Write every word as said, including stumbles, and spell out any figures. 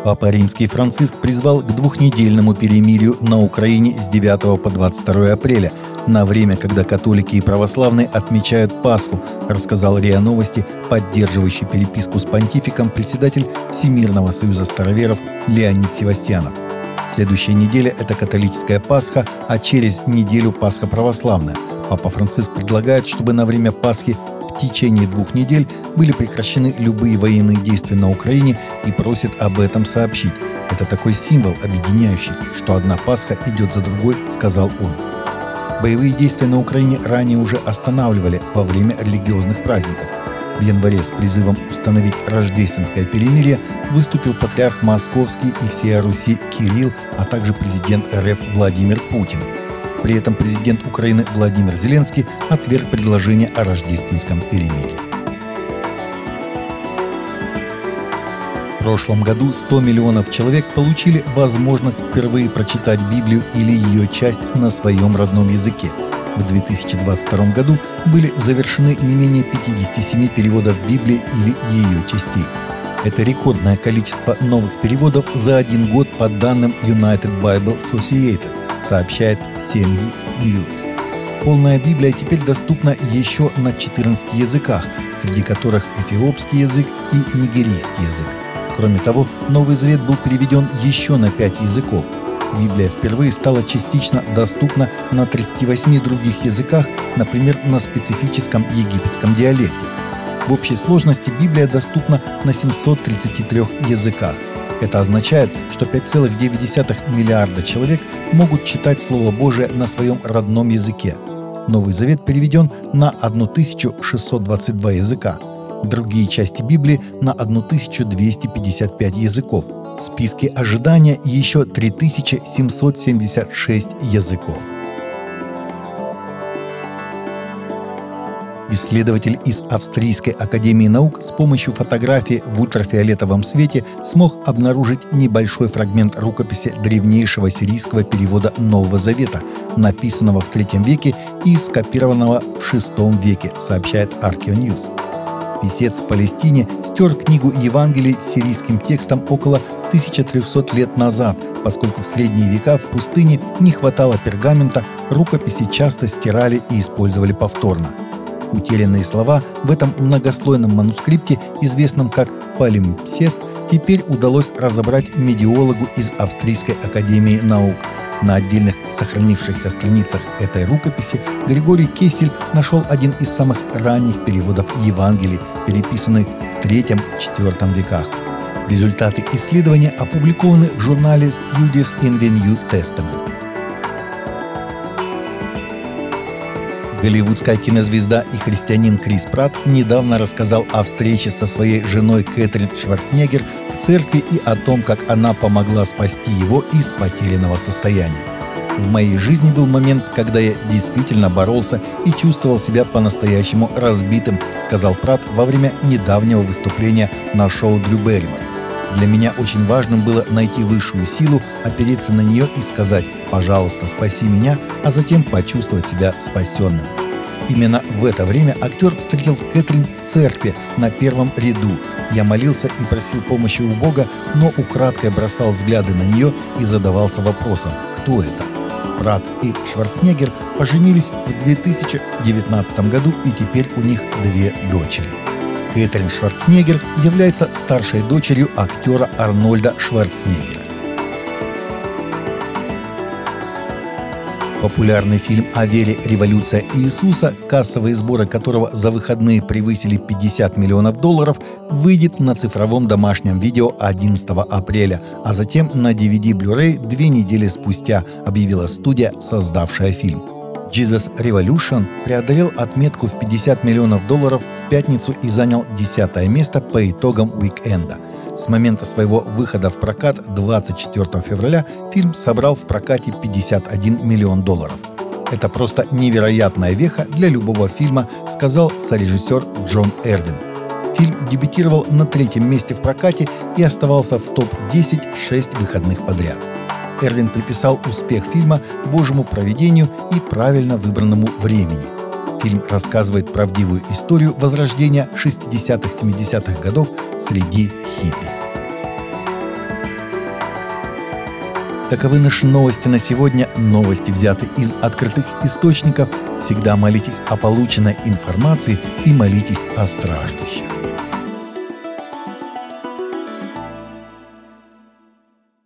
Папа Римский Франциск призвал к двухнедельному перемирию на Украине с девятого по двадцать второе апреля, на время, когда католики и православные отмечают Пасху, рассказал РИА Новости, поддерживающий переписку с понтификом председатель Всемирного союза староверов Леонид Севастьянов. Следующая неделя – это католическая Пасха, а через неделю Пасха православная. Папа Франциск предлагает, чтобы на время Пасхи в течение двух недель были прекращены любые военные действия на Украине и просит об этом сообщить. Это такой символ объединяющий, что одна Пасха идет за другой, сказал он. Боевые действия на Украине ранее уже останавливали во время религиозных праздников. В январе с призывом установить рождественское перемирие выступил патриарх Московский и всея Руси Кирилл, а также президент РФ Владимир Путин. При этом президент Украины Владимир Зеленский отверг предложение о рождественском перемирии. В прошлом году сто миллионов человек получили возможность впервые прочитать Библию или ее часть на своем родном языке. В две тысячи двадцать втором году были завершены не менее пятьдесят семь переводов Библии или ее частей. Это рекордное количество новых переводов за один год по данным United Bible Associated, сообщает си эн ю News. Полная Библия теперь доступна еще на четырнадцати языках, среди которых эфиопский язык и нигерийский язык. Кроме того, Новый Завет был переведен еще на пять языков. Библия впервые стала частично доступна на тридцати восьми других языках, например, на специфическом египетском диалекте. В общей сложности Библия доступна на семьсот тридцати трёх языках. Это означает, что пять целых девять десятых миллиарда человек могут читать Слово Божие на своем родном языке. Новый Завет переведен на тысячу шестьсот двадцать два языка. Другие части Библии на тысячу двести пятьдесят пять языков. В списке ожидания еще три тысячи семьсот семьдесят шесть языков. Исследователь из Австрийской академии наук с помощью фотографии в ультрафиолетовом свете смог обнаружить небольшой фрагмент рукописи древнейшего сирийского перевода Нового Завета, написанного в третьем веке и скопированного в шестом веке, сообщает Archaeonews. Писец в Палестине стер книгу Евангелий сирийским текстом около тысяча триста лет назад, поскольку в средние века в пустыне не хватало пергамента, рукописи часто стирали и использовали повторно. Утерянные слова в этом многослойном манускрипте, известном как палимпсест, теперь удалось разобрать медиологу из Австрийской академии наук. На отдельных сохранившихся страницах этой рукописи Григорий Кессель нашел один из самых ранних переводов Евангелий, переписанный в третьем-четвёртом веках. Результаты исследования опубликованы в журнале Studies in the New Testament. Голливудская кинозвезда и христианин Крис Пратт недавно рассказал о встрече со своей женой Кэтрин Шварценеггер в церкви и о том, как она помогла спасти его из потерянного состояния. «В моей жизни был момент, когда я действительно боролся и чувствовал себя по-настоящему разбитым», сказал Пратт во время недавнего выступления на шоу Дрю Берримор. «Для меня очень важным было найти высшую силу, опереться на нее и сказать: «Пожалуйста, спаси меня», а затем почувствовать себя спасенным». Именно в это время актер встретил Кэтрин в церкви на первом ряду. Я молился и просил помощи у Бога, но украдкой бросал взгляды на нее и задавался вопросом: кто это? Пратт и Шварценеггер поженились в две тысячи девятнадцатом году, и теперь у них две дочери. Кэтрин Шварценеггер является старшей дочерью актера Арнольда Шварценеггера. Популярный фильм о вере «Революция Иисуса», кассовые сборы которого за выходные превысили пятьдесят миллионов долларов, выйдет на цифровом домашнем видео одиннадцатого апреля, а затем на ди ви ди Blu-ray две недели спустя, объявила студия, создавшая фильм. Jesus Revolution преодолел отметку в пятьдесят миллионов долларов в пятницу и занял десятое место по итогам уик-энда. С момента своего выхода в прокат двадцать четвёртого февраля фильм собрал в прокате пятьдесят один миллион долларов. «Это просто невероятная веха для любого фильма», сказал сорежиссер Джон Эрвин. Фильм дебютировал на третьем месте в прокате и оставался в топ десять шесть выходных подряд. Эрвин приписал успех фильма Божьему провидению и правильно выбранному времени. Фильм рассказывает правдивую историю возрождения шестидесятых-семидесятых годов среди хиппи. Таковы наши новости на сегодня. Новости взяты из открытых источников. Всегда молитесь о полученной информации и молитесь о страждущих.